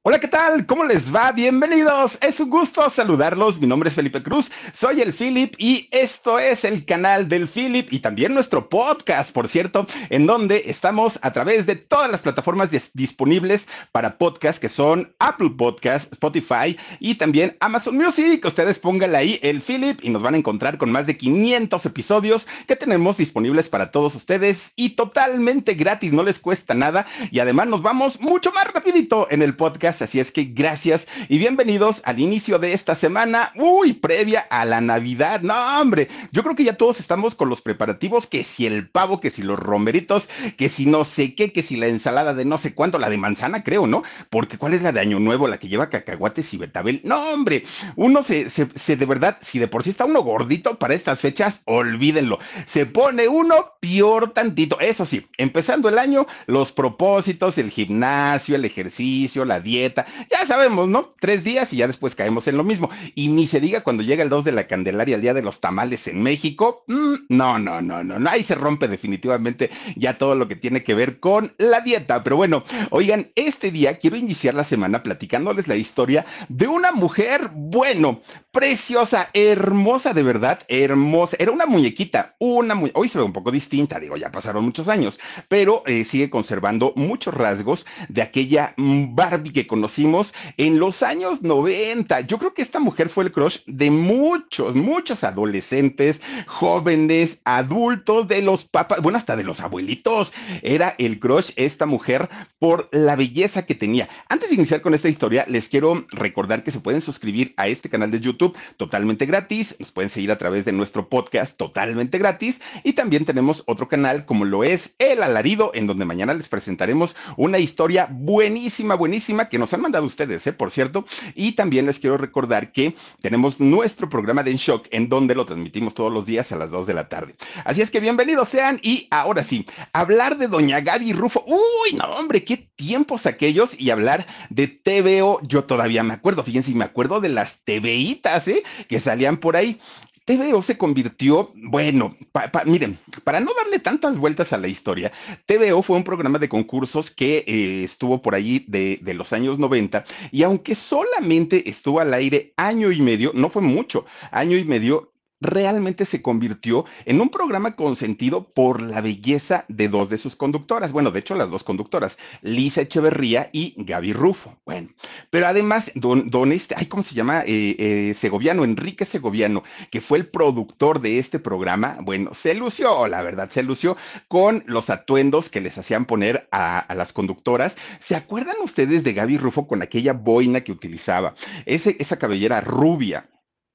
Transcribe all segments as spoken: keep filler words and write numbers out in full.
Hola, ¿qué tal? ¿Cómo les va? Bienvenidos. Es un gusto saludarlos. Mi nombre es Felipe Cruz, soy el Philip y esto es el canal del Philip y también nuestro podcast, por cierto, en donde estamos a través de todas las plataformas dis- disponibles para podcast que son Apple Podcast, Spotify y también Amazon Music. Ustedes pónganle ahí el Philip y nos van a encontrar con más de quinientos episodios que tenemos disponibles para todos ustedes y totalmente gratis, no les cuesta nada y además nos vamos mucho más rapidito en el podcast. Así es que gracias y bienvenidos al inicio de esta semana, uy, previa a la Navidad. No, hombre, yo creo que ya todos estamos con los preparativos, que si el pavo, que si los romeritos, que si no sé qué, que si la ensalada de no sé cuánto, la de manzana creo, ¿no? Porque ¿cuál es la de Año Nuevo? La que lleva cacahuates y betabel. No, hombre, uno se, se, se de verdad, si de por sí está uno gordito para estas fechas, olvídenlo. Se pone uno peor tantito. Eso sí, empezando el año, los propósitos, el gimnasio, el ejercicio, la dieta, ya sabemos, ¿no? Tres días y ya después caemos en lo mismo. Y ni se diga cuando llega el dos de la Candelaria, el día de los tamales en México. Mm, no, no, no, no, no. Ahí se rompe definitivamente ya todo lo que tiene que ver con la dieta. Pero bueno, oigan, este día quiero iniciar la semana platicándoles la historia de una mujer, bueno, preciosa, hermosa de verdad, hermosa. Era una muñequita, una mu hoy se ve un poco distinta, digo, ya pasaron muchos años, pero eh, sigue conservando muchos rasgos de aquella mm, Barbie que conocimos en los años noventa. Yo creo que esta mujer fue el crush de muchos, muchos adolescentes, jóvenes, adultos, de los papás, bueno, hasta de los abuelitos. Era el crush esta mujer por la belleza que tenía. Antes de iniciar con esta historia, les quiero recordar que se pueden suscribir a este canal de YouTube totalmente gratis. Nos pueden seguir a través de nuestro podcast totalmente gratis. Y también tenemos otro canal como lo es El Alarido, en donde mañana les presentaremos una historia buenísima, buenísima que nos han mandado ustedes, ¿eh? Por cierto. Y también les quiero recordar que tenemos nuestro programa de En Shock, en donde lo transmitimos todos los días a las dos de la tarde. Así es que bienvenidos sean. Y ahora sí, hablar de doña Gaby Rufo. Uy, no, hombre, qué tiempos aquellos. Y hablar de T V O, yo todavía me acuerdo, fíjense, me acuerdo de las TVitas, ¿eh? Que salían por ahí. T V O se convirtió, bueno, pa, pa, miren, para no darle tantas vueltas a la historia, T V O fue un programa de concursos que eh, estuvo por allí de, de los años noventa y aunque solamente estuvo al aire año y medio, no fue mucho, año y medio, realmente se convirtió en un programa consentido por la belleza de dos de sus conductoras. Bueno, de hecho, las dos conductoras, Lisa Echeverría y Gaby Rufo. Bueno, pero además, don, don este, ay, ¿cómo se llama? Eh, eh, Segoviano, Enrique Segoviano, que fue el productor de este programa, bueno, se lució, la verdad, se lució con los atuendos que les hacían poner a, a las conductoras. ¿Se acuerdan ustedes de Gaby Rufo con aquella boina que utilizaba? Ese, esa cabellera rubia,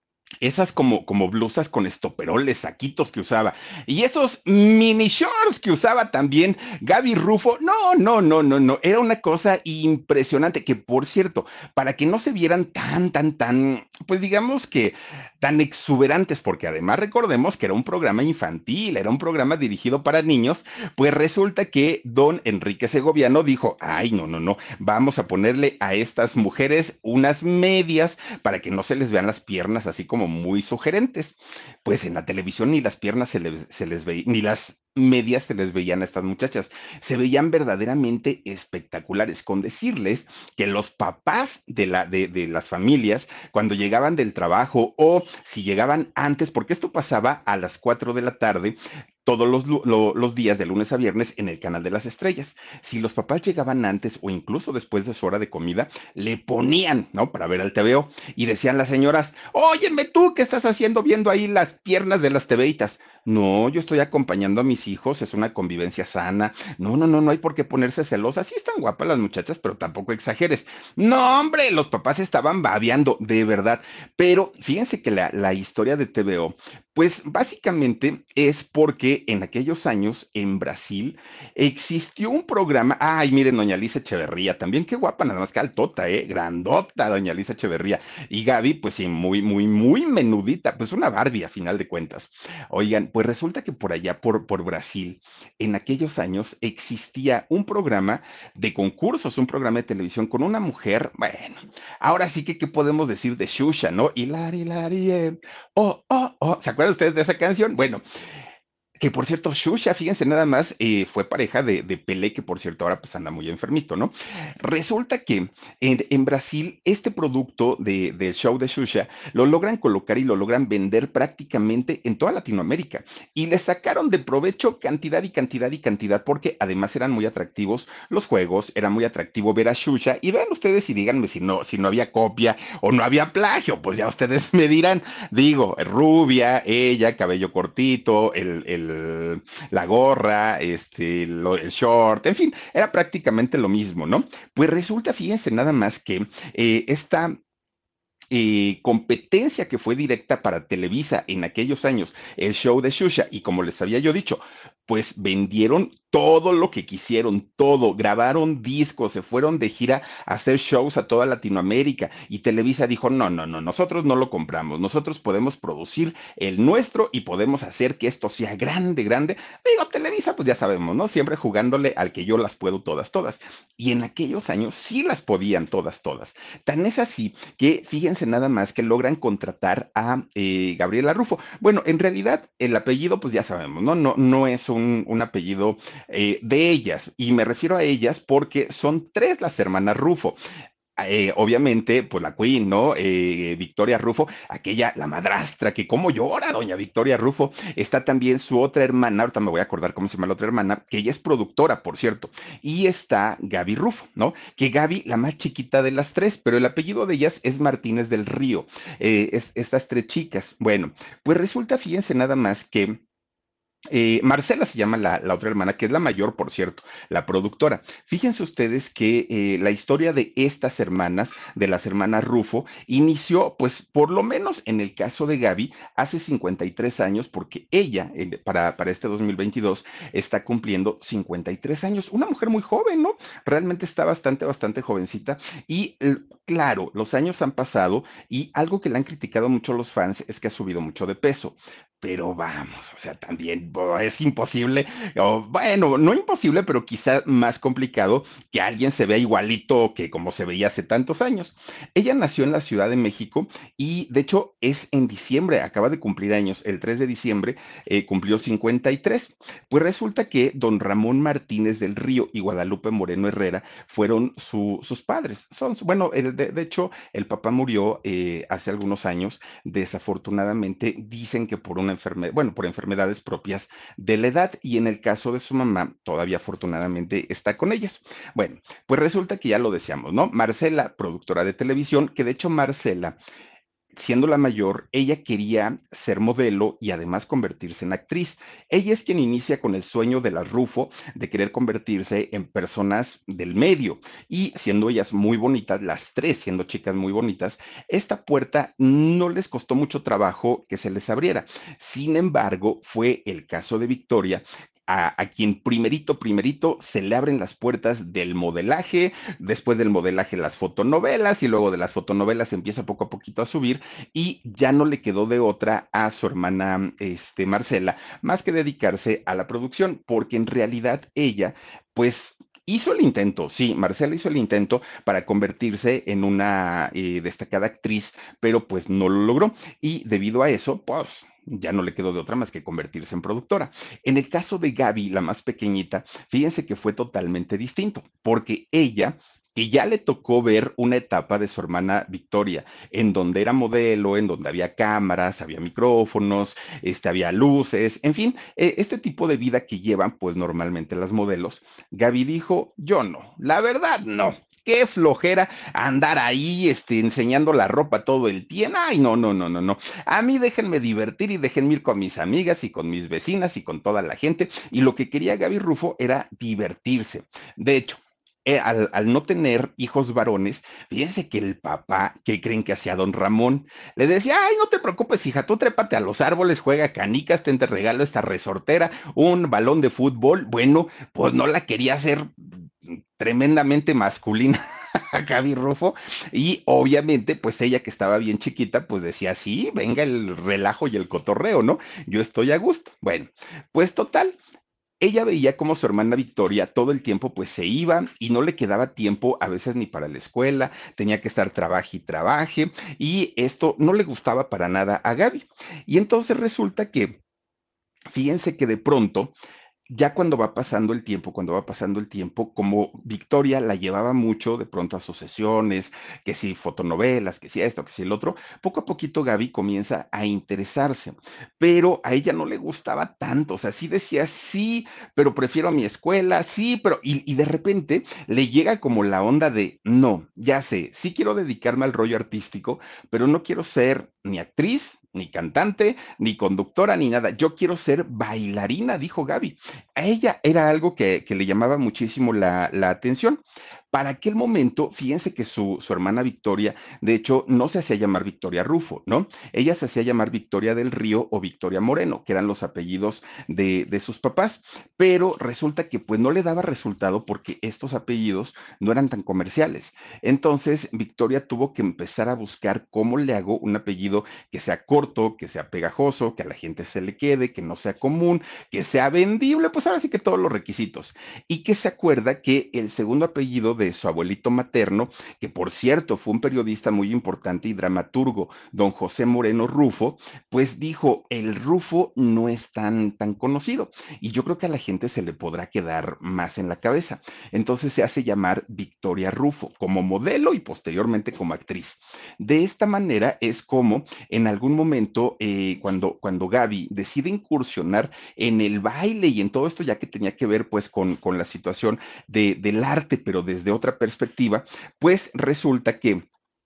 esas como, como blusas con estoperoles, saquitos que usaba, y esos mini shorts que usaba también Gaby Rufo. No, no, no, no, no, era una cosa impresionante, que por cierto, para que no se vieran tan, tan, tan, pues digamos que tan exuberantes, porque además recordemos que era un programa infantil, era un programa dirigido para niños, pues resulta que don Enrique Segoviano dijo, ay, no, no, no, vamos a ponerle a estas mujeres unas medias para que no se les vean las piernas así como muy sugerentes. Pues en la televisión ni las piernas se les, se les veía, ni las medias se les veían a estas muchachas. Se veían verdaderamente espectaculares, con decirles que los papás de, la, de, de las familias, cuando llegaban del trabajo o si llegaban antes, porque esto pasaba a las cuatro de la tarde, todos los, lo, los días de lunes a viernes en el canal de las estrellas. Si los papás llegaban antes o incluso después de su hora de comida, le ponían, ¿no? Para ver al T V O y decían las señoras, óyeme tú, ¿qué estás haciendo viendo ahí las piernas de las TVitas? No, yo estoy acompañando a mis hijos, es una convivencia sana. No, no, no, no hay por qué ponerse celosas. Sí están guapas las muchachas, pero tampoco exageres. No, hombre, los papás estaban babeando, de verdad. Pero fíjense que la, la historia de T V O, pues básicamente es porque en aquellos años en Brasil existió un programa. Ay, miren, doña Lisa Echeverría, también qué guapa, nada más que altota, ¿eh? Grandota, doña Lisa Echeverría. Y Gaby, pues sí, muy, muy, muy menudita, pues una Barbie a final de cuentas. Oigan, pues resulta que por allá, por, por Brasil, en aquellos años existía un programa de concursos, un programa de televisión con una mujer, bueno, ahora sí que, ¿qué podemos decir de Xuxa, no? Hilari, hilari, eh. Oh, oh, oh, ¿se acuerdan ustedes de esa canción? Bueno, Que por cierto, Xuxa, fíjense nada más, eh, fue pareja de, de Pelé, que por cierto ahora pues anda muy enfermito, ¿no? Resulta que en, en Brasil este producto de, del show de Xuxa lo logran colocar y lo logran vender prácticamente en toda Latinoamérica. Y le sacaron de provecho cantidad y cantidad y cantidad, porque además eran muy atractivos los juegos, era muy atractivo ver a Xuxa. Y vean ustedes y díganme si no, si no había copia o no había plagio, pues ya ustedes me dirán. Digo, rubia, ella, cabello cortito, el, el, la gorra, este, lo, el short, en fin, era prácticamente lo mismo, ¿no? Pues resulta, fíjense nada más que eh, esta eh, competencia que fue directa para Televisa en aquellos años, el show de Shusha, y como les había yo dicho, pues vendieron todo lo que quisieron, todo, grabaron discos, se fueron de gira a hacer shows a toda Latinoamérica y Televisa dijo, no, no, no, nosotros no lo compramos, nosotros podemos producir el nuestro y podemos hacer que esto sea grande, grande. Digo, Televisa, pues ya sabemos, ¿no? Siempre jugándole al que yo las puedo todas, todas. Y en aquellos años sí las podían todas, todas. Tan es así que fíjense nada más que logran contratar a eh, Gabriela Rufo. Bueno, en realidad el apellido, pues ya sabemos, ¿no? No, no es un, un apellido eh, de ellas, y me refiero a ellas porque son tres las hermanas Rufo. Eh, obviamente, pues la Queen, ¿no? Eh, Victoria Rufo, aquella, la madrastra, que cómo llora doña Victoria Rufo. Está también su otra hermana, ahorita me voy a acordar cómo se llama la otra hermana, que ella es productora, por cierto. Y está Gaby Rufo, ¿no? Que Gaby, la más chiquita de las tres, pero el apellido de ellas es Martínez del Río. Eh, es, estas tres chicas. Bueno, pues resulta, fíjense nada más que eh, Marcela se llama la, la, otra hermana, que es la mayor, por cierto, la productora. Fíjense ustedes que eh, la historia de estas hermanas, de las hermanas Rufo, inició, pues, por lo menos en el caso de Gaby, hace cincuenta y tres años, porque ella, eh, para, para este dos mil veintidós, está cumpliendo cincuenta y tres años. Una mujer muy joven, ¿no? Realmente está bastante, bastante jovencita. Y eh, claro, los años han pasado y algo que le han criticado mucho los fans es que ha subido mucho de peso. Pero vamos, o sea, también oh, es imposible, o, bueno, no imposible, pero quizá más complicado que alguien se vea igualito que como se veía hace tantos años. Ella nació en la Ciudad de México y de hecho es en diciembre, acaba de cumplir años, el tres de diciembre eh, cumplió cincuenta y tres. Pues resulta que don Ramón Martínez del Río y Guadalupe Moreno Herrera fueron su, sus padres. Son, bueno, el, de, de, hecho, el papá murió eh, hace algunos años, desafortunadamente, dicen que por una enfermedad, bueno, por enfermedades propias de la edad, y en el caso de su mamá, todavía afortunadamente está con ellas. Bueno, pues resulta que ya lo deseamos, ¿no? Marcela, productora de televisión, que de hecho Marcela, siendo la mayor, ella quería ser modelo y además convertirse en actriz. Ella es quien inicia con el sueño de las Rufo de querer convertirse en personas del medio. Y siendo ellas muy bonitas, las tres siendo chicas muy bonitas, esta puerta no les costó mucho trabajo que se les abriera. Sin embargo, fue el caso de Victoria, a, a, quien primerito, primerito se le abren las puertas del modelaje, después del modelaje las fotonovelas, y luego de las fotonovelas empieza poco a poquito a subir, y ya no le quedó de otra a su hermana este, Marcela más que dedicarse a la producción, porque en realidad ella, pues, hizo el intento, sí, Marcela hizo el intento para convertirse en una eh, destacada actriz, pero pues no lo logró, y debido a eso, pues ya no le quedó de otra más que convertirse en productora. En el caso de Gaby, la más pequeñita, fíjense que fue totalmente distinto, porque ella, que ya le tocó ver una etapa de su hermana Victoria, en donde era modelo, en donde había cámaras, había micrófonos, este, había luces, en fin, eh, este tipo de vida que llevan pues normalmente las modelos. Gaby dijo, yo no, la verdad no. Qué flojera andar ahí este, enseñando la ropa todo el tiempo. Ay, no, no, no, no, no. A mí déjenme divertir y déjenme ir con mis amigas y con mis vecinas y con toda la gente. Y lo que quería Gaby Rufo era divertirse. De hecho, eh, al, al, no tener hijos varones, fíjense que el papá, que creen que hacía don Ramón, le decía, ay, no te preocupes, hija, tú trépate a los árboles, juega canicas, te regalo esta resortera, un balón de fútbol. Bueno, pues no la quería hacer tremendamente masculina a Gaby Rufo, y obviamente pues ella, que estaba bien chiquita, pues decía, sí, venga el relajo y el cotorreo, ¿no? Yo estoy a gusto. Bueno, pues total, ella veía como su hermana Victoria todo el tiempo pues se iba y no le quedaba tiempo a veces ni para la escuela, tenía que estar trabaje y trabaje, y esto no le gustaba para nada a Gaby. Y entonces resulta que fíjense que de pronto ya cuando va pasando el tiempo, cuando va pasando el tiempo, como Victoria la llevaba mucho de pronto a sus sesiones, que si fotonovelas, que si esto, que si el otro, poco a poquito Gaby comienza a interesarse, pero a ella no le gustaba tanto, o sea, sí decía, sí, pero prefiero a mi escuela, sí, pero, y, y de repente le llega como la onda de, no, ya sé, sí quiero dedicarme al rollo artístico, pero no quiero ser ni actriz, ni cantante, ni conductora, ni nada, yo quiero ser bailarina, dijo Gaby. A ella era algo que, que le llamaba muchísimo la, la, atención. Para aquel momento, fíjense que su, su, hermana Victoria, de hecho, no se hacía llamar Victoria Rufo, ¿no? Ella se hacía llamar Victoria del Río o Victoria Moreno, que eran los apellidos de, de sus papás, pero resulta que pues no le daba resultado porque estos apellidos no eran tan comerciales. Entonces, Victoria tuvo que empezar a buscar cómo le hago un apellido que sea corto, que sea pegajoso, que a la gente se le quede, que no sea común, que sea vendible, pues ahora sí que todos los requisitos. Y que se acuerda que el segundo apellido de su abuelito materno, que por cierto fue un periodista muy importante y dramaturgo, don José Moreno Rufo, pues dijo, el Rufo no es tan, tan conocido. Y yo creo que a la gente se le podrá quedar más en la cabeza. Entonces se hace llamar Victoria Rufo como modelo y posteriormente como actriz. De esta manera es como en algún momento, eh, cuando, cuando Gaby decide incursionar en el baile y en todo esto, ya que tenía que ver pues con, con la situación de, del arte, pero desde otra perspectiva, pues resulta que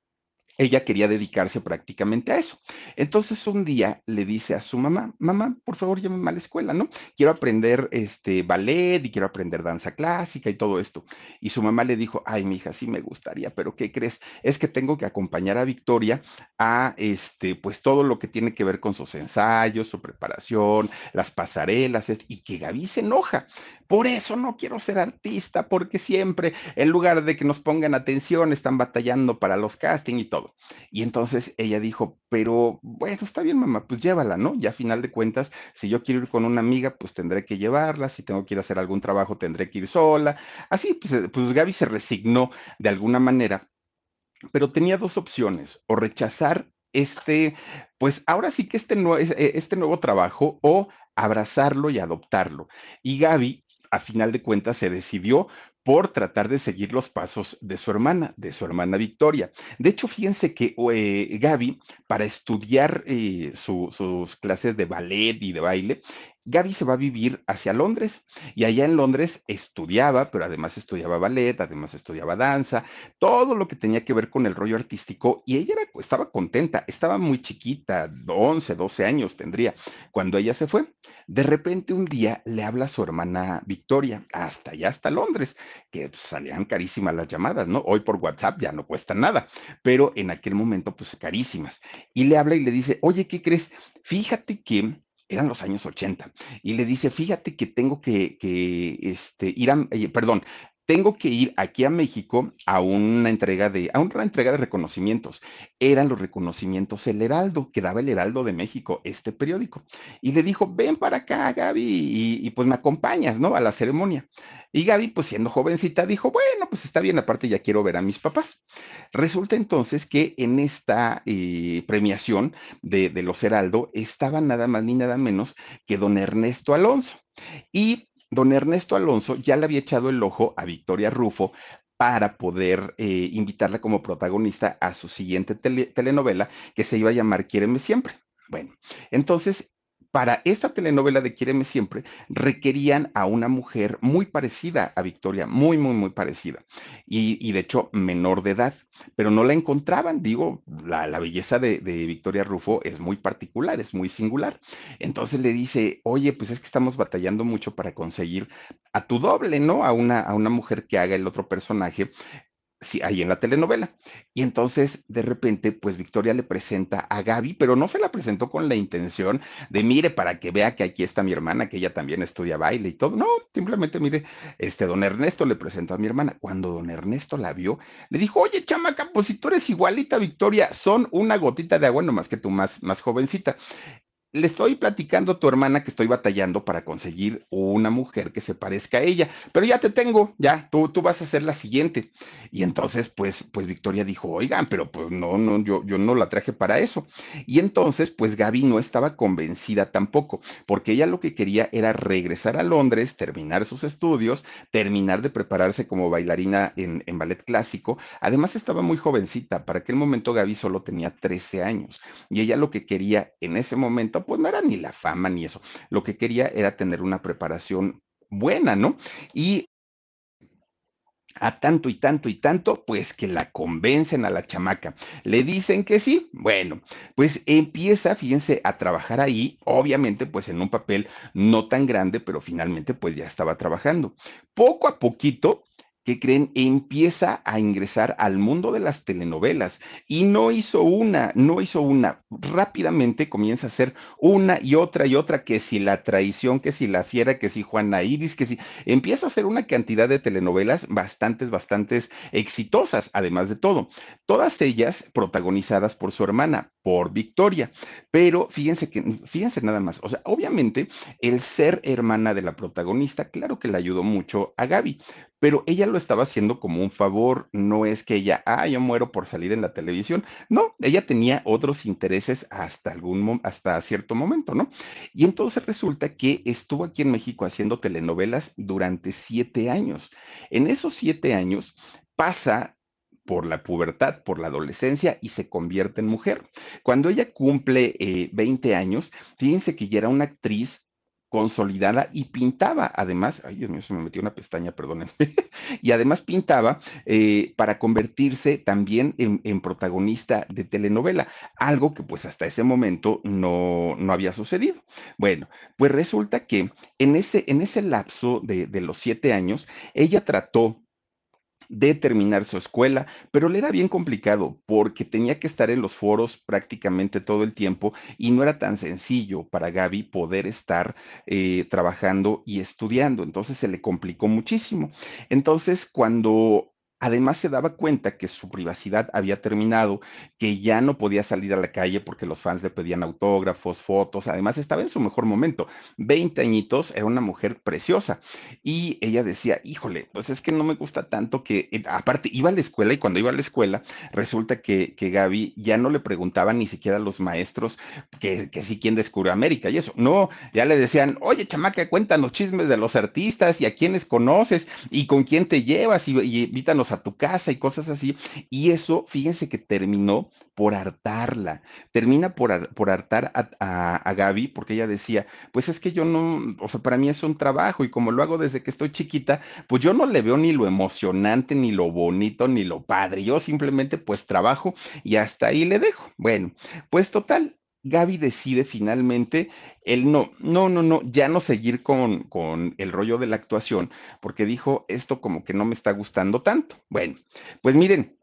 ella quería dedicarse prácticamente a eso. Entonces un día le dice a su mamá, mamá, por favor llévame a la escuela, ¿no? Quiero aprender este ballet y quiero aprender danza clásica y todo esto. Y su mamá le dijo, ay, mija, sí me gustaría, pero ¿qué crees? Es que tengo que acompañar a Victoria a este, pues todo lo que tiene que ver con sus ensayos, su preparación, las pasarelas, y que Gaby se enoja. Por eso no quiero ser artista, porque siempre, en lugar de que nos pongan atención, están batallando para los castings y todo. Y entonces ella dijo, pero bueno, está bien, mamá, pues llévala, ¿no? Ya a final de cuentas, si yo quiero ir con una amiga, pues tendré que llevarla, si tengo que ir a hacer algún trabajo, tendré que ir sola. Así, pues, eh, pues Gaby se resignó de alguna manera, pero tenía dos opciones, o rechazar este, pues ahora sí que este, nue- eh, este nuevo trabajo, o abrazarlo y adoptarlo. Y Gaby, a final de cuentas, se decidió por tratar de seguir los pasos de su hermana, de su hermana Victoria. De hecho, fíjense que eh, Gaby, para estudiar eh, su- sus clases de ballet y de baile, Gaby se va a vivir hacia Londres y allá en Londres estudiaba, pero además estudiaba ballet, además estudiaba danza, todo lo que tenía que ver con el rollo artístico y ella era, estaba contenta, estaba muy chiquita, once, doce años tendría cuando ella se fue. De repente un día le habla a su hermana Victoria, hasta allá, hasta Londres, que pues, salían carísimas las llamadas, ¿no? Hoy por WhatsApp ya no cuesta nada, pero en aquel momento pues carísimas. Y le habla y le dice, oye, ¿qué crees? Fíjate que eran los años ochenta, y le dice, fíjate que tengo que, que este, ir a, eh, perdón, tengo que ir aquí a México a una entrega de, a una entrega de reconocimientos. Eran los reconocimientos El Heraldo, que daba El Heraldo de México, este periódico. Y le dijo, ven para acá, Gaby, y, y pues me acompañas, ¿no? A la ceremonia. Y Gaby, pues siendo jovencita, dijo, bueno, pues está bien, aparte ya quiero ver a mis papás. Resulta entonces que en esta eh, premiación de, de los Heraldo estaba nada más ni nada menos que don Ernesto Alonso. Y don Ernesto Alonso ya le había echado el ojo a Victoria Rufo para poder eh, invitarla como protagonista a su siguiente tele telenovela que se iba a llamar Quiéreme Siempre. Bueno, entonces, para esta telenovela de Quiéreme Siempre, requerían a una mujer muy parecida a Victoria, muy, muy, muy parecida, y, y de hecho menor de edad, pero no la encontraban. Digo, la, la belleza de, de Victoria Rufo es muy particular, es muy singular. Entonces le dice, oye, pues es que estamos batallando mucho para conseguir a tu doble, ¿no? A una, a una mujer que haga el otro personaje, sí, ahí en la telenovela. Y entonces, de repente, pues Victoria le presenta a Gaby, pero no se la presentó con la intención de, mire, para que vea que aquí está mi hermana, que ella también estudia baile y todo. No, simplemente, mire, este don Ernesto le presentó a mi hermana. Cuando don Ernesto la vio, le dijo, oye, chamaca, pues si tú eres igualita a Victoria, son una gotita de agua, nomás que tú más, más jovencita. le estoy platicando a tu hermana que estoy batallando para conseguir una mujer que se parezca a ella, pero ya te tengo, ya, tú, tú vas a ser la siguiente. Y entonces, pues, pues Victoria dijo, oigan, pero pues no, no, yo, yo no la traje para eso. Y entonces, pues Gaby no estaba convencida tampoco, porque ella lo que quería era regresar a Londres, terminar sus estudios, terminar de prepararse como bailarina en, en ballet clásico. Además, estaba muy jovencita, para aquel momento Gaby solo tenía trece años. Y ella lo que quería en ese momento, pues no era ni la fama ni eso, lo que quería era tener una preparación buena, ¿no? Y a tanto y tanto y tanto, pues que la convencen a la chamaca. Le dicen que sí. Bueno, pues empieza, fíjense, a trabajar ahí, obviamente, pues en un papel no tan grande, pero finalmente, pues ya estaba trabajando. Poco a poquito, ¿qué creen? Empieza a ingresar al mundo de las telenovelas y no hizo una, no hizo una. Rápidamente comienza a hacer una y otra y otra, que si la traición, que si la fiera, que si Juana Iris, que si empieza a hacer una cantidad de telenovelas bastantes, bastantes exitosas, además de todo. Todas ellas protagonizadas por su hermana, por Victoria. Pero fíjense que, fíjense nada más, o sea, obviamente el ser hermana de la protagonista, claro que le ayudó mucho a Gaby, pero ella lo estaba haciendo como un favor, no es que ella, ah, yo muero por salir en la televisión, no, ella tenía otros intereses hasta algún, hasta cierto momento, ¿no? Y entonces resulta que estuvo aquí en México haciendo telenovelas durante siete años. En esos siete años pasa por la pubertad, por la adolescencia y se convierte en mujer. Cuando ella cumple eh, veinte años, fíjense que ya era una actriz consolidada y pintaba, además, ay Dios mío, se me metió una pestaña, perdónenme, y además pintaba eh, para convertirse también en, en, protagonista de telenovela, algo que pues hasta ese momento no, no había sucedido. Bueno, pues resulta que en ese, en ese lapso de, de los siete años, ella trató de terminar su escuela, pero le era bien complicado porque tenía que estar en los foros prácticamente todo el tiempo y no era tan sencillo para Gaby poder estar eh, trabajando y estudiando, entonces se le complicó muchísimo. Entonces, cuando además se daba cuenta que su privacidad había terminado, que ya no podía salir a la calle porque los fans le pedían autógrafos, fotos, además estaba en su mejor momento, veinte añitos, era una mujer preciosa. Y ella decía, híjole, pues es que no me gusta tanto que, eh, aparte, iba a la escuela y cuando iba a la escuela, resulta que, que Gaby ya no le preguntaban ni siquiera a los maestros que, que sí quién descubrió América y eso. No, ya le decían, oye, chamaca, cuéntanos chismes de los artistas y a quiénes conoces y con quién te llevas y, y invítanos a tu casa y cosas así. Y eso, fíjense que terminó por hartarla, termina por, har- por hartar a, a, a Gaby porque ella decía, pues es que yo no, o sea, para mí es un trabajo y como lo hago desde que estoy chiquita, pues yo no le veo ni lo emocionante, ni lo bonito, ni lo padre. Yo simplemente pues trabajo y hasta ahí le dejo. Bueno, pues total. Gaby decide finalmente el no, no, no, no, ya no seguir con, con el rollo de la actuación, porque dijo, esto como que no me está gustando tanto. Bueno, pues miren,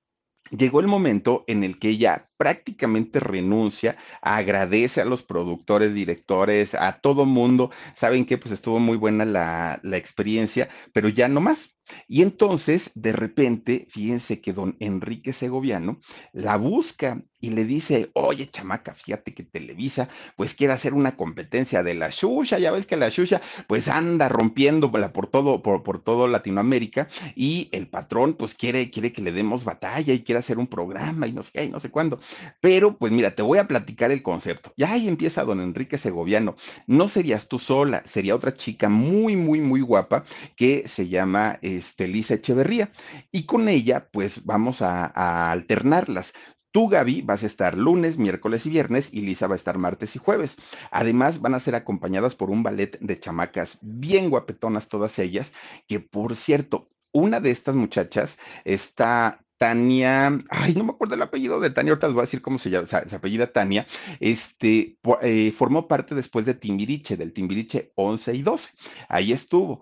llegó el momento en el que ella prácticamente renuncia, agradece a los productores, directores, a todo mundo. Saben que pues estuvo muy buena la, la experiencia, pero ya no más. Y entonces, de repente, fíjense que don Enrique Segoviano la busca y le dice, oye, chamaca, fíjate que Televisa pues quiere hacer una competencia de la Xuxa, ya ves que la Xuxa pues anda rompiéndola por todo, por, por todo Latinoamérica y el patrón pues quiere, quiere que le demos batalla y quiere hacer un programa y no sé qué, y no sé cuándo. Pero pues mira, te voy a platicar el concepto. Ya ahí empieza don Enrique Segoviano. No serías tú sola, sería otra chica muy, muy, muy guapa que se llama este, Lisa Echeverría. Y con ella pues vamos a, a alternarlas. Tú, Gaby, vas a estar lunes, miércoles y viernes y Lisa va a estar martes y jueves. Además, van a ser acompañadas por un ballet de chamacas bien guapetonas todas ellas, que por cierto, una de estas muchachas está Tania, ay, no me acuerdo el apellido de Tania, ahorita les voy a decir cómo se llama, se apellida Tania, este, po- eh, formó parte después de Timbiriche, del Timbiriche once y doce, ahí estuvo.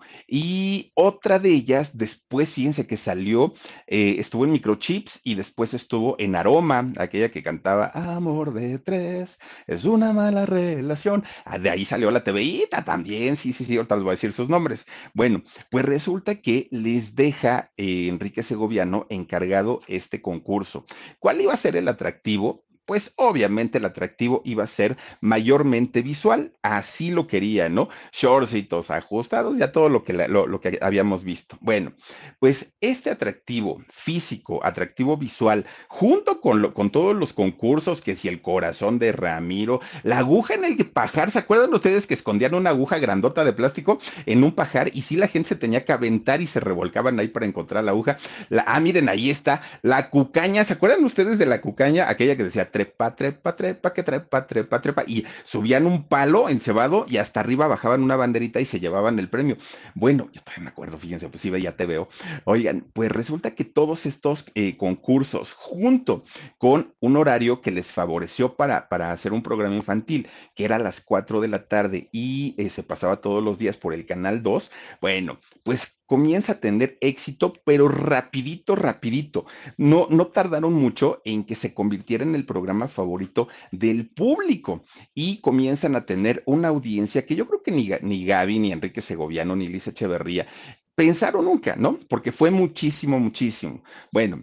Y otra de ellas, después, fíjense que salió, eh, estuvo en Microchips y después estuvo en Aroma, aquella que cantaba Amor de tres, es una mala relación. Ah, de ahí salió la TVita también, sí, sí, sí, ahorita les voy a decir sus nombres. Bueno, pues resulta que les deja eh, Enrique Segoviano encargado este concurso. ¿Cuál iba a ser el atractivo? pues obviamente el atractivo iba a ser mayormente visual, así lo quería, ¿no? Shortcitos ajustados, ya todo lo que, la- lo, lo que habíamos visto. Bueno, pues este atractivo físico, atractivo visual, junto con, lo, con todos los concursos, que si el corazón de Ramiro, la aguja en el pajar, ¿se acuerdan ustedes que escondían una aguja grandota de plástico en un pajar y sí la gente se tenía que aventar y se revolcaban ahí para encontrar la aguja? La, ah, miren, ahí está, la cucaña, ¿se acuerdan ustedes de la cucaña? Aquella que decía trepa, trepa, trepa, que trepa, trepa, trepa, y subían un palo encebado y hasta arriba bajaban una banderita y se llevaban el premio. Bueno, yo todavía me acuerdo, fíjense, pues sí, ya te veo. Oigan, pues resulta que todos estos eh, concursos, junto con un horario que les favoreció para, para hacer un programa infantil, que era a las cuatro de la tarde y eh, se pasaba todos los días por el Canal dos, bueno, pues comienza a tener éxito, pero rapidito, rapidito. No, no tardaron mucho en que se convirtiera en el programa favorito del público y comienzan a tener una audiencia que yo creo que ni, ni Gaby, ni Enrique Segoviano, ni Lisa Echeverría pensaron nunca, ¿no? Porque fue muchísimo, muchísimo. Bueno,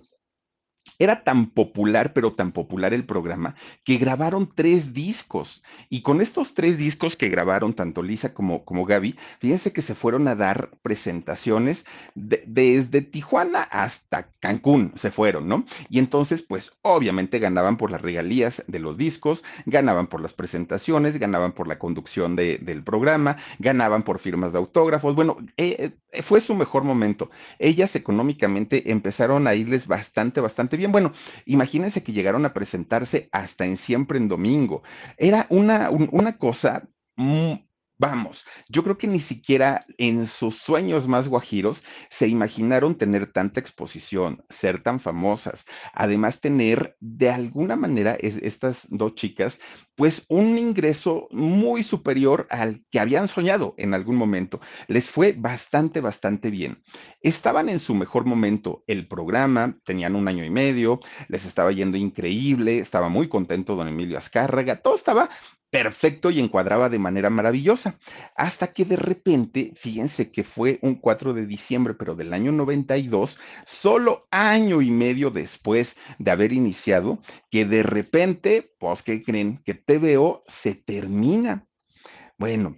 era tan popular, pero tan popular el programa, que grabaron tres discos. Y con estos tres discos que grabaron, tanto Lisa como, como Gaby, fíjense que se fueron a dar presentaciones de- desde Tijuana hasta Cancún, se fueron, ¿no? Y entonces, pues obviamente ganaban por las regalías de los discos, ganaban por las presentaciones, ganaban por la conducción de- del programa, ganaban por firmas de autógrafos. Bueno, eh, eh, fue su mejor momento. Ellas económicamente empezaron a irles bastante, bastante bien. Bueno, imagínense que llegaron a presentarse hasta en Siempre en Domingo. Era una, un- una cosa, mm, vamos, yo creo que ni siquiera en sus sueños más guajiros se imaginaron tener tanta exposición, ser tan famosas, además tener de alguna manera es- estas dos chicas, pues un ingreso muy superior al que habían soñado en algún momento. Les fue bastante, bastante bien. Estaban en su mejor momento el programa, tenían un año y medio, les estaba yendo increíble, estaba muy contento don Emilio Azcárraga, todo estaba perfecto y encuadraba de manera maravillosa, hasta que de repente, fíjense que fue un cuatro de diciembre, pero del año noventa y dos, solo año y medio después de haber iniciado, que de repente, pues, ¿qué creen? Que T V O se termina. Bueno,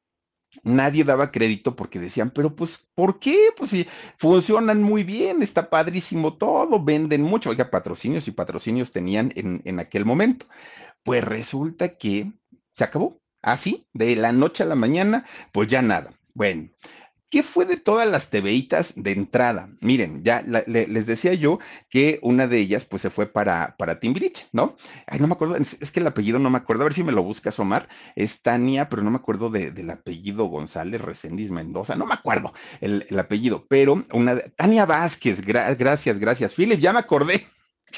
nadie daba crédito porque decían, pero pues, ¿por qué? Pues si funcionan muy bien, está padrísimo todo, venden mucho. Oiga, patrocinios y patrocinios tenían en, en aquel momento. Pues resulta que se acabó. Así, de la noche a la mañana, pues ya nada. Bueno, ¿qué fue de todas las teveitas de entrada? Miren, ya la- le- les decía yo que una de ellas pues se fue para, para Timbiriche, ¿no? Ay, no me acuerdo, es, es que el apellido no me acuerdo, a ver si me lo buscas, Omar. Es Tania, pero no me acuerdo de- del apellido González Reséndiz Mendoza, no me acuerdo el, el apellido, pero una de- Tania Vázquez, gra- gracias, gracias. Philip, ya me acordé.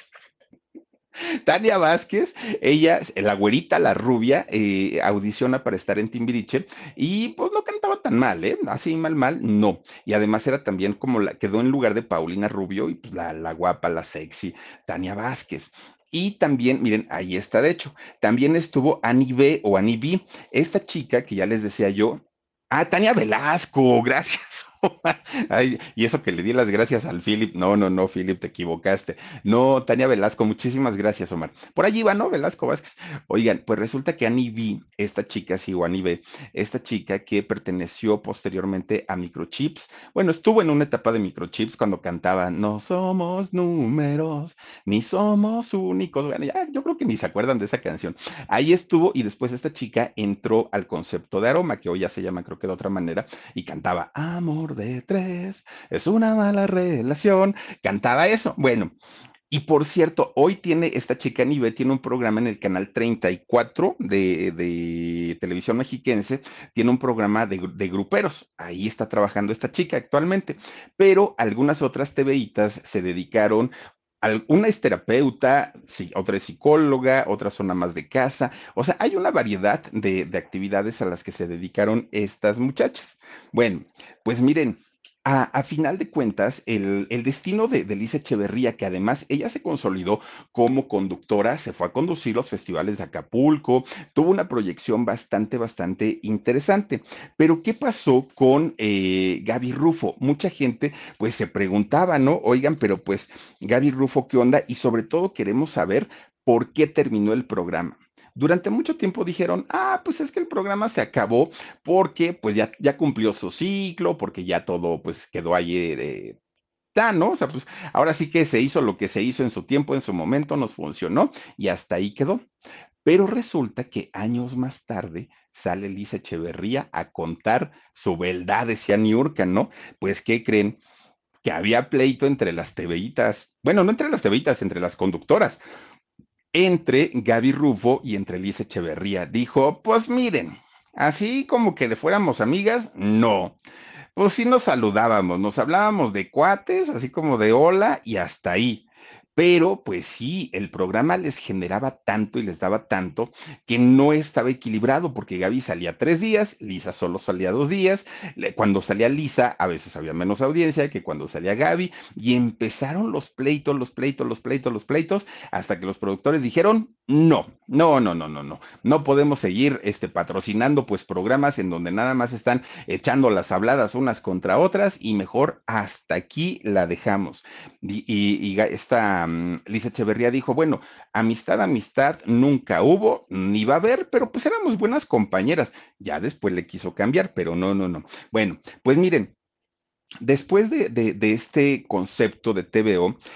Tania Vázquez, ella, la güerita, la rubia, eh, audiciona para estar en Timbiriche y pues no cantaba tan mal, ¿eh? Así mal, mal, no. Y además era también como la, quedó en lugar de Paulina Rubio y pues la, la guapa, la sexy, Tania Vázquez. Y también, miren, ahí está, de hecho, también estuvo Annie B o Annie B, esta chica que ya les decía yo. Ah, Tania Velasco, gracias. Omar. Ay, y eso que le di las gracias al Philip. No, no, no, Philip, te equivocaste. No, Tania Velasco, muchísimas gracias, Omar. Por allí va, ¿no? Velasco Vázquez. Oigan, pues resulta que Annie B, esta chica, sí, o Annie B, esta chica que perteneció posteriormente a Microchips, bueno, estuvo en una etapa de Microchips cuando cantaba No somos números, ni somos únicos. Bueno, ya, yo creo que ni se acuerdan de esa canción. Ahí estuvo y después esta chica entró al concepto de aroma, que hoy ya se llama, creo que de otra manera, y cantaba Amor de tres, es una mala relación. Cantaba eso. Bueno, y por cierto, hoy tiene esta chica Nive, tiene un programa en el canal treinta y cuatro de, de televisión mexiquense, tiene un programa de, de gruperos. Ahí está trabajando esta chica actualmente, pero algunas otras TVitas se dedicaron. al- Una es terapeuta, sí, otra es psicóloga, otra zona más de casa. O sea, hay una variedad de, de actividades a las que se dedicaron estas muchachas. Bueno, pues miren, a, a final de cuentas, el, el destino de, de Lisa Echeverría, que además ella se consolidó como conductora, se fue a conducir los festivales de Acapulco, tuvo una proyección bastante, bastante interesante. Pero, ¿qué pasó con eh, Gaby Rufo? Mucha gente pues se preguntaba, ¿no? Oigan, pero pues Gaby Rufo, ¿qué onda? Y sobre todo queremos saber por qué terminó el programa. Durante mucho tiempo dijeron, ah, pues es que el programa se acabó porque pues ya, ya cumplió su ciclo, porque ya todo pues quedó ahí eh, ya, ¿no? O sea, pues ahora sí que se hizo lo que se hizo en su tiempo, en su momento, nos funcionó y hasta ahí quedó. Pero resulta que años más tarde sale Lisa Echeverría a contar su verdad, decía Niurka, ¿no? Pues, ¿qué creen? Que había pleito entre las TVitas, bueno, no entre las TVitas, entre las conductoras, entre Gaby Rufo y entre Lisa Echeverría. Dijo, pues miren, así como que le fuéramos amigas, no. Pues sí nos saludábamos, nos hablábamos de cuates, así como de hola y hasta ahí. Pero pues sí, el programa les generaba tanto y les daba tanto que no estaba equilibrado porque Gaby salía tres días, Lisa solo salía dos días. Le- Cuando salía Lisa a veces había menos audiencia que cuando salía Gaby y empezaron los pleitos, los pleitos, los pleitos, los pleitos, hasta que los productores dijeron, no, no, no, no, no, no, no podemos seguir este, patrocinando pues programas en donde nada más están echando las habladas unas contra otras y mejor hasta aquí la dejamos. Y, y, y esta um, Lisa Echeverría dijo, bueno, amistad, amistad nunca hubo, ni va a haber, pero pues éramos buenas compañeras. Ya después le quiso cambiar, pero no, no, no. Bueno, pues miren, después de, de, de este concepto de T V O,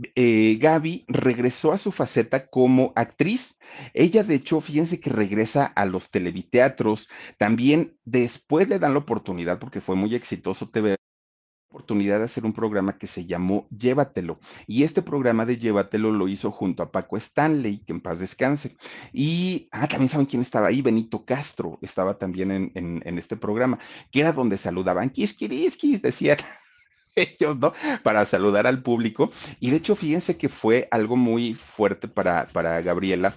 eh, Gaby regresó a su faceta como actriz. Ella, de hecho, fíjense que regresa a los televiteatros. También después le dan la oportunidad, porque fue muy exitoso T V, oportunidad de hacer un programa que se llamó Llévatelo. Y este programa de Llévatelo lo hizo junto a Paco Stanley, que en paz descanse. Y, ah, también saben quién estaba ahí, Benito Castro estaba también en, en, en este programa, que era donde saludaban, quisquiriskis, decían ellos, ¿no? Para saludar al público. Y de hecho, fíjense que fue algo muy fuerte para, para Gabriela.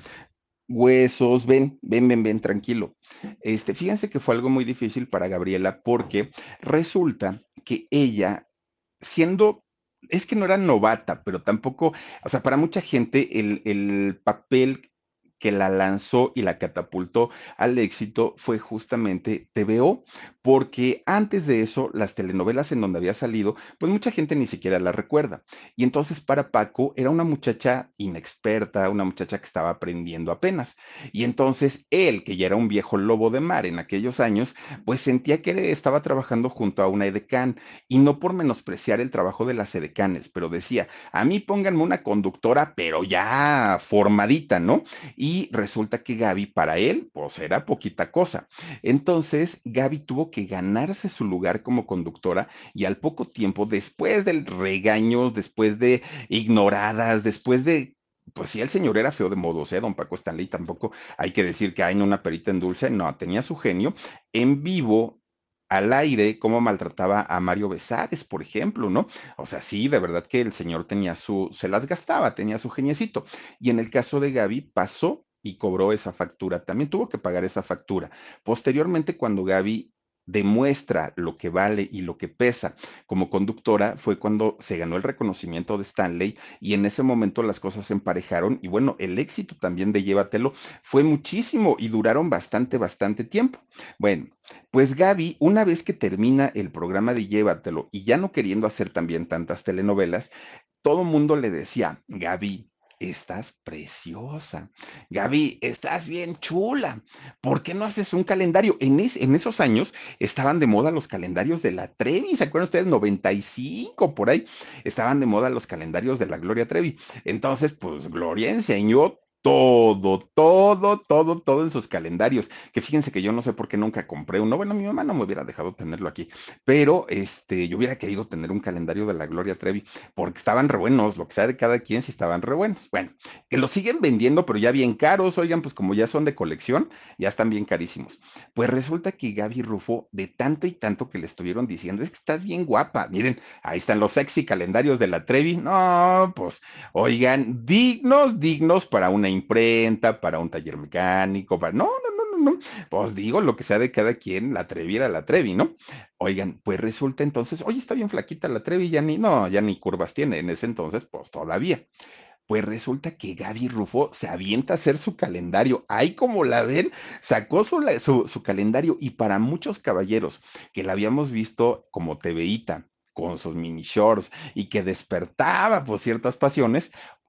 Huesos, ven, ven, ven, ven, tranquilo. Este, fíjense que fue algo muy difícil para Gabriela porque resulta que ella, siendo, es que no era novata, pero tampoco, o sea, para mucha gente el, el papel que la lanzó y la catapultó al éxito fue justamente T V O, porque antes de eso, las telenovelas en donde había salido, pues mucha gente ni siquiera la recuerda. Y entonces para Paco era una muchacha inexperta, una muchacha que estaba aprendiendo apenas. Y entonces él, que ya era un viejo lobo de mar en aquellos años, pues sentía que estaba trabajando junto a una edecán y no por menospreciar el trabajo de las edecanes, pero decía, a mí pónganme una conductora, pero ya formadita, ¿no? Y resulta que Gaby, para él, pues era poquita cosa. Entonces, Gaby tuvo que ganarse su lugar como conductora y al poco tiempo, después del regaños, después de ignoradas, después de pues sí, el señor era feo de modos, ¿eh? Don Paco Stanley tampoco hay que decir que hay no una perita en dulce, no, tenía su genio. En vivo, al aire, cómo maltrataba a Mario Besares, por ejemplo, ¿no? O sea, sí, de verdad que el señor tenía su, se las gastaba, tenía su geniecito. Y en el caso de Gaby, pasó y cobró esa factura, también tuvo que pagar esa factura. Posteriormente, cuando Gaby demuestra lo que vale y lo que pesa como conductora, fue cuando se ganó el reconocimiento de Stanley y en ese momento las cosas se emparejaron y bueno, el éxito también de Llévatelo fue muchísimo y duraron bastante, bastante tiempo. Bueno, pues Gaby, una vez que termina el programa de Llévatelo y ya no queriendo hacer también tantas telenovelas, todo el mundo le decía, Gaby, estás preciosa. Gaby, estás bien chula. ¿Por qué no haces un calendario? En, es- en esos años estaban de moda los calendarios de la Trevi. ¿Se acuerdan ustedes? noventa y cinco por ahí. Estaban de moda los calendarios de la Gloria Trevi. Entonces, pues Gloria enseñó todo, todo, todo, todo en sus calendarios. Que fíjense que yo no sé por qué nunca compré uno. Bueno, mi mamá no me hubiera dejado tenerlo aquí, pero este, yo hubiera querido tener un calendario de la Gloria Trevi porque estaban re buenos, lo que sea de cada quien, si estaban re buenos. Bueno, que los siguen vendiendo, pero ya bien caros, oigan, pues como ya son de colección, ya están bien carísimos. Pues resulta que Gaby Rufo, de tanto y tanto que le estuvieron diciendo, es que estás bien guapa, miren, ahí están los sexy calendarios de la Trevi, no, pues, oigan, dignos, dignos para una imprenta, para un taller mecánico, para, no, no, no, no, no, pues digo, lo que sea de cada quien, la Trevi era la Trevi, ¿no? Oigan, pues resulta entonces, oye, está bien flaquita la Trevi, ya ni, no, ya ni curvas tiene en ese entonces, pues todavía. Pues resulta que Gaby Rufo se avienta a hacer su calendario. Ahí como la ven, sacó su, la- su, su calendario y para muchos caballeros que la habíamos visto como TVita, con sus mini shorts y que despertaba por ciertas pasiones,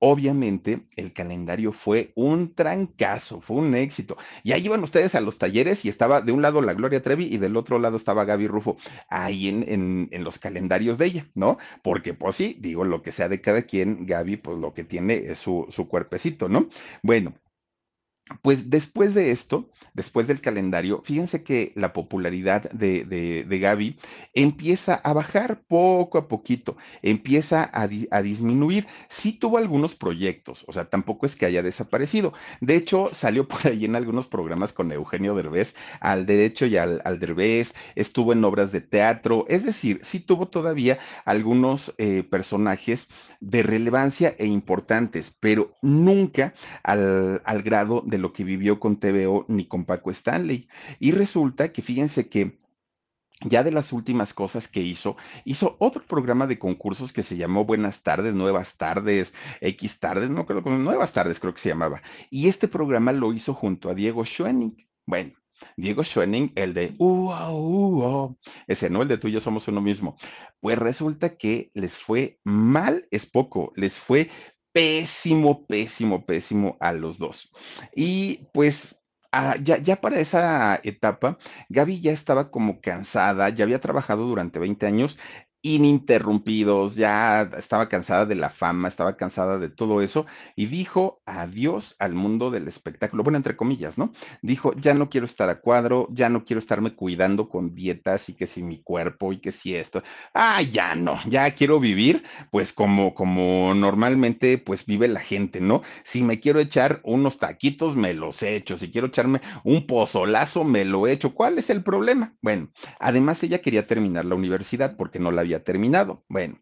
Obviamente, el calendario fue un trancazo, fue un éxito. Y ahí iban ustedes a los talleres y estaba de un lado la Gloria Trevi y del otro lado estaba Gaby Rufo, ahí en, en, en los calendarios de ella, ¿no? Porque pues sí, digo, lo que sea de cada quien, Gaby pues lo que tiene es su, su cuerpecito, ¿no? Bueno, pues después de esto, después del calendario, fíjense que la popularidad de, de, de Gaby empieza a bajar poco a poquito, empieza a, di- a disminuir. Sí tuvo algunos proyectos, o sea, tampoco es que haya desaparecido. De hecho, salió por ahí en algunos programas con Eugenio Derbez, al derecho y al, al Derbez, estuvo en obras de teatro, es decir, sí tuvo todavía algunos eh, personajes de relevancia e importantes, pero nunca al, al grado de lo que vivió con T V O ni con Paco Stanley. Y resulta que fíjense que ya de las últimas cosas que hizo, hizo otro programa de concursos que se llamó Buenas tardes, Nuevas tardes, X tardes, no creo que Nuevas tardes creo que se llamaba. Y este programa lo hizo junto a Diego Schoening. Bueno, Diego Schoening, el de uh, uh, uh, ese, ¿no? El de tú y yo somos uno mismo. Pues resulta que les fue mal, es poco, les fue pésimo, pésimo, pésimo a los dos. Y pues ah, ya, ya para esa etapa, Gaby ya estaba como cansada, ya había trabajado durante veinte años ininterrumpidos, ya estaba cansada de la fama, estaba cansada de todo eso y dijo adiós al mundo del espectáculo, bueno, entre comillas, ¿no? Dijo, ya no quiero estar a cuadro, ya no quiero estarme cuidando con dietas y que si mi cuerpo y que si esto, ah, ya no, ya quiero vivir pues como, como normalmente pues vive la gente, ¿no? Si me quiero echar unos taquitos, me los echo, si quiero echarme un pozolazo, me lo he hecho. ¿Cuál es el problema? Bueno, además ella quería terminar la universidad porque no la había terminado. Bueno,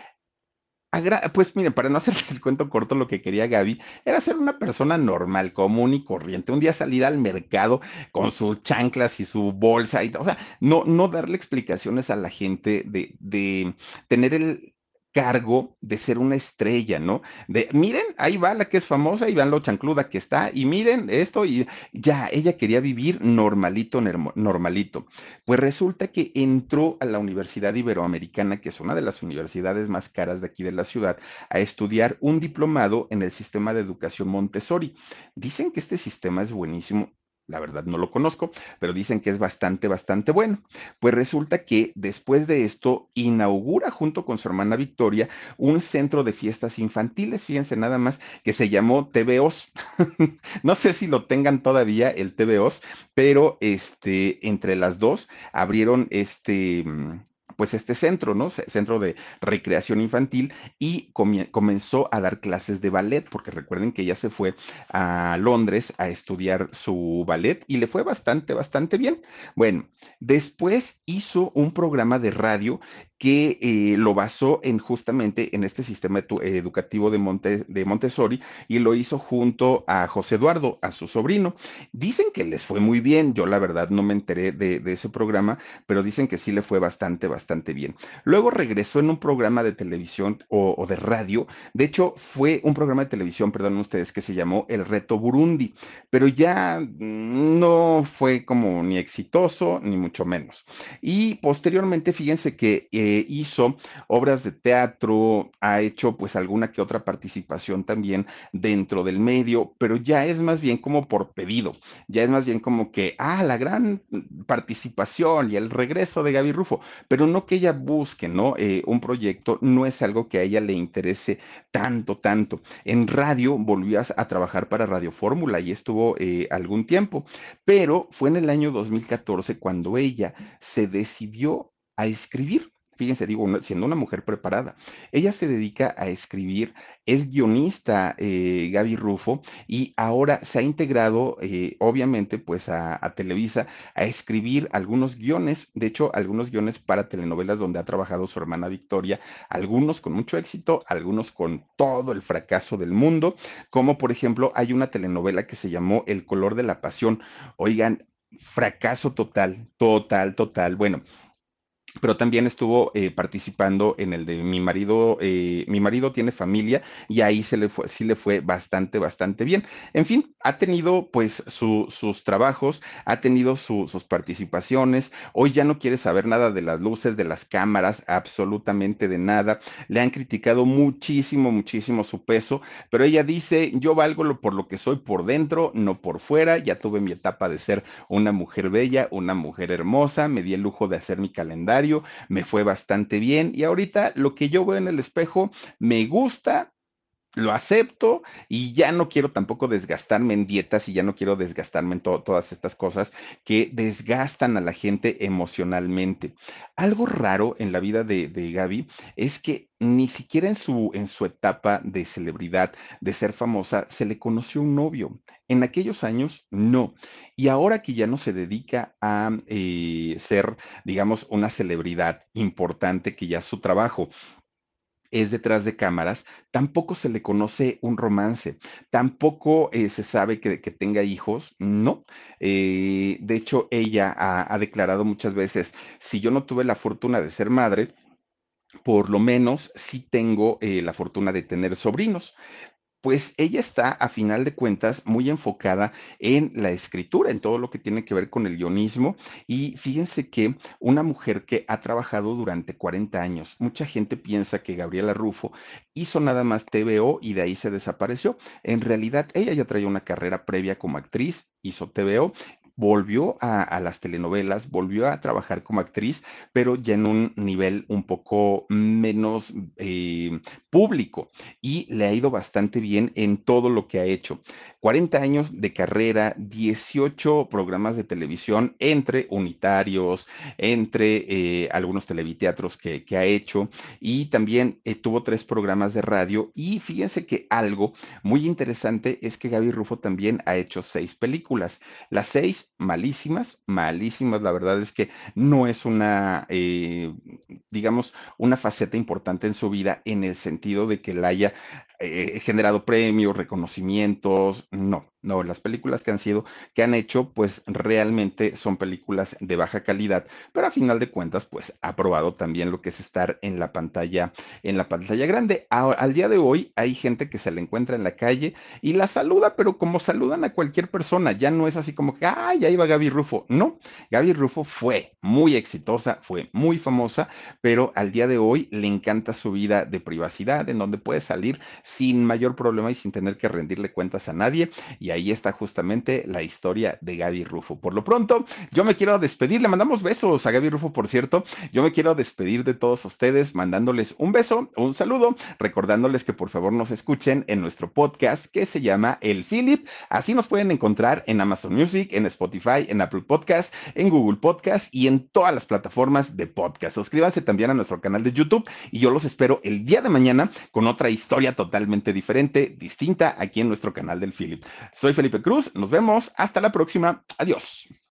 agra- pues miren, para no hacerles el cuento corto, lo que quería Gaby era ser una persona normal, común y corriente. Un día salir al mercado con sus chanclas y su bolsa y todo. O sea, no, no darle explicaciones a la gente de, de tener el cargo de ser una estrella, ¿no? De, miren, ahí va la que es famosa y vean lo chancluda que está y miren esto y ya, ella quería vivir normalito, nermo- normalito. Pues resulta que entró a la Universidad Iberoamericana, que es una de las universidades más caras de aquí de la ciudad, a estudiar un diplomado en el sistema de educación Montessori. Dicen que este sistema es buenísimo. La verdad no lo conozco, pero dicen que es bastante, bastante bueno. Pues resulta que después de esto inaugura junto con su hermana Victoria un centro de fiestas infantiles, fíjense nada más, que se llamó T V Os. No sé si lo tengan todavía el T V Os, pero este, entre las dos abrieron este, mm, pues este centro, ¿no? Ce- Centro de recreación infantil y comie- comenzó a dar clases de ballet, porque recuerden que ella se fue a Londres a estudiar su ballet y le fue bastante, bastante bien. Bueno, después hizo un programa de radio que eh, lo basó en justamente en este sistema edu- educativo de, Monte- de Montessori y lo hizo junto a José Eduardo, a su sobrino. Dicen que les fue muy bien, yo la verdad no me enteré de, de ese programa, pero dicen que sí le fue bastante, bastante bien. Luego regresó en un programa de televisión o, o de radio, de hecho fue un programa de televisión, perdón ustedes, que se llamó El Reto Burundi, pero ya mm, no fue como ni exitoso, ni mucho menos. Y posteriormente, fíjense que eh, hizo obras de teatro, ha hecho pues alguna que otra participación también dentro del medio, pero ya es más bien como por pedido, ya es más bien como que, ah, la gran participación y el regreso de Gaby Rufo, pero no que ella busque, ¿no? Eh, un proyecto no es algo que a ella le interese tanto, tanto. En radio volvió a, a trabajar para Radio Fórmula y estuvo eh, algún tiempo, pero fue en el año dos mil catorce cuando ella se decidió a escribir. Fíjense, digo, una- siendo una mujer preparada. Ella se dedica a escribir, es guionista, eh, Gaby Rufo, y ahora se ha integrado, eh, obviamente, pues a, a Televisa a escribir algunos guiones, de hecho, algunos guiones para telenovelas donde ha trabajado su hermana Victoria, algunos con mucho éxito, algunos con todo el fracaso del mundo, como por ejemplo, hay una telenovela que se llamó El color de la pasión. Oigan, fracaso total, total, total. Bueno, pero también estuvo eh, participando en el de mi marido, eh, mi marido tiene familia y ahí se le fue, sí le fue bastante, bastante bien. En fin, ha tenido pues su- sus trabajos, ha tenido su- sus participaciones, hoy ya no quiere saber nada de las luces, de las cámaras, absolutamente de nada. Le han criticado muchísimo, muchísimo su peso, pero ella dice, yo valgo lo, por lo que soy por dentro, no por fuera, ya tuve mi etapa de ser una mujer bella, una mujer hermosa, me di el lujo de hacer mi calendario, me fue bastante bien y ahorita lo que yo veo en el espejo me gusta, lo acepto y ya no quiero tampoco desgastarme en dietas y ya no quiero desgastarme en to todas estas cosas que desgastan a la gente emocionalmente. Algo raro en la vida de, de Gaby es que ni siquiera en su, en su etapa de celebridad, de ser famosa, se le conoció un novio. En aquellos años, no. Y ahora que ya no se dedica a eh, ser, digamos, una celebridad importante, que ya su trabajo es detrás de cámaras, tampoco se le conoce un romance, tampoco eh, se sabe que, que, tenga hijos, no. Eh, de hecho, ella ha, ha, declarado muchas veces, si yo no tuve la fortuna de ser madre, por lo menos sí tengo eh, la fortuna de tener sobrinos. Pues ella está, a final de cuentas, muy enfocada en la escritura, en todo lo que tiene que ver con el guionismo. Y fíjense que una mujer que ha trabajado durante cuarenta años, mucha gente piensa que Gabriela Rufo hizo nada más T V O y de ahí se desapareció. En realidad, ella ya traía una carrera previa como actriz, hizo T V O. Volvió a, a las telenovelas, volvió a trabajar como actriz, pero ya en un nivel un poco menos eh, público y le ha ido bastante bien en todo lo que ha hecho. cuarenta años de carrera, dieciocho programas de televisión entre unitarios, entre eh, algunos televiteatros que, que, ha hecho y también eh, tuvo tres programas de radio y fíjense que algo muy interesante es que Gaby Rufo también ha hecho seis películas. Las seis malísimas, malísimas, la verdad es que no es una, eh, digamos, una faceta importante en su vida en el sentido de que la haya eh, generado premios, reconocimientos, no, no, las películas que han sido, que han hecho, pues realmente son películas de baja calidad, pero a final de cuentas, pues ha probado también lo que es estar en la pantalla, en la pantalla grande. A, al día de hoy hay gente que se la encuentra en la calle y la saluda, pero como saludan a cualquier persona, ya no es así como que, ay, ahí va Gaby Rufo, no, Gaby Rufo fue muy exitosa, fue muy famosa, pero al día de hoy le encanta su vida de privacidad, en donde puede salir sin mayor problema y sin tener que rendirle cuentas a nadie. Y ahí está justamente la historia de Gaby Rufo. Por lo pronto, yo me quiero despedir. Le mandamos besos a Gaby Rufo, por cierto. Yo me quiero despedir de todos ustedes, mandándoles un beso, un saludo, recordándoles que por favor nos escuchen en nuestro podcast que se llama El Philip. Así nos pueden encontrar en Amazon Music, en Spotify, en Apple Podcast, en Google Podcast y en todas las plataformas de podcast. Suscríbanse también a nuestro canal de YouTube y yo los espero el día de mañana con otra historia totalmente diferente, distinta aquí en nuestro canal del Philip. Soy Felipe Cruz, nos vemos, hasta la próxima, adiós.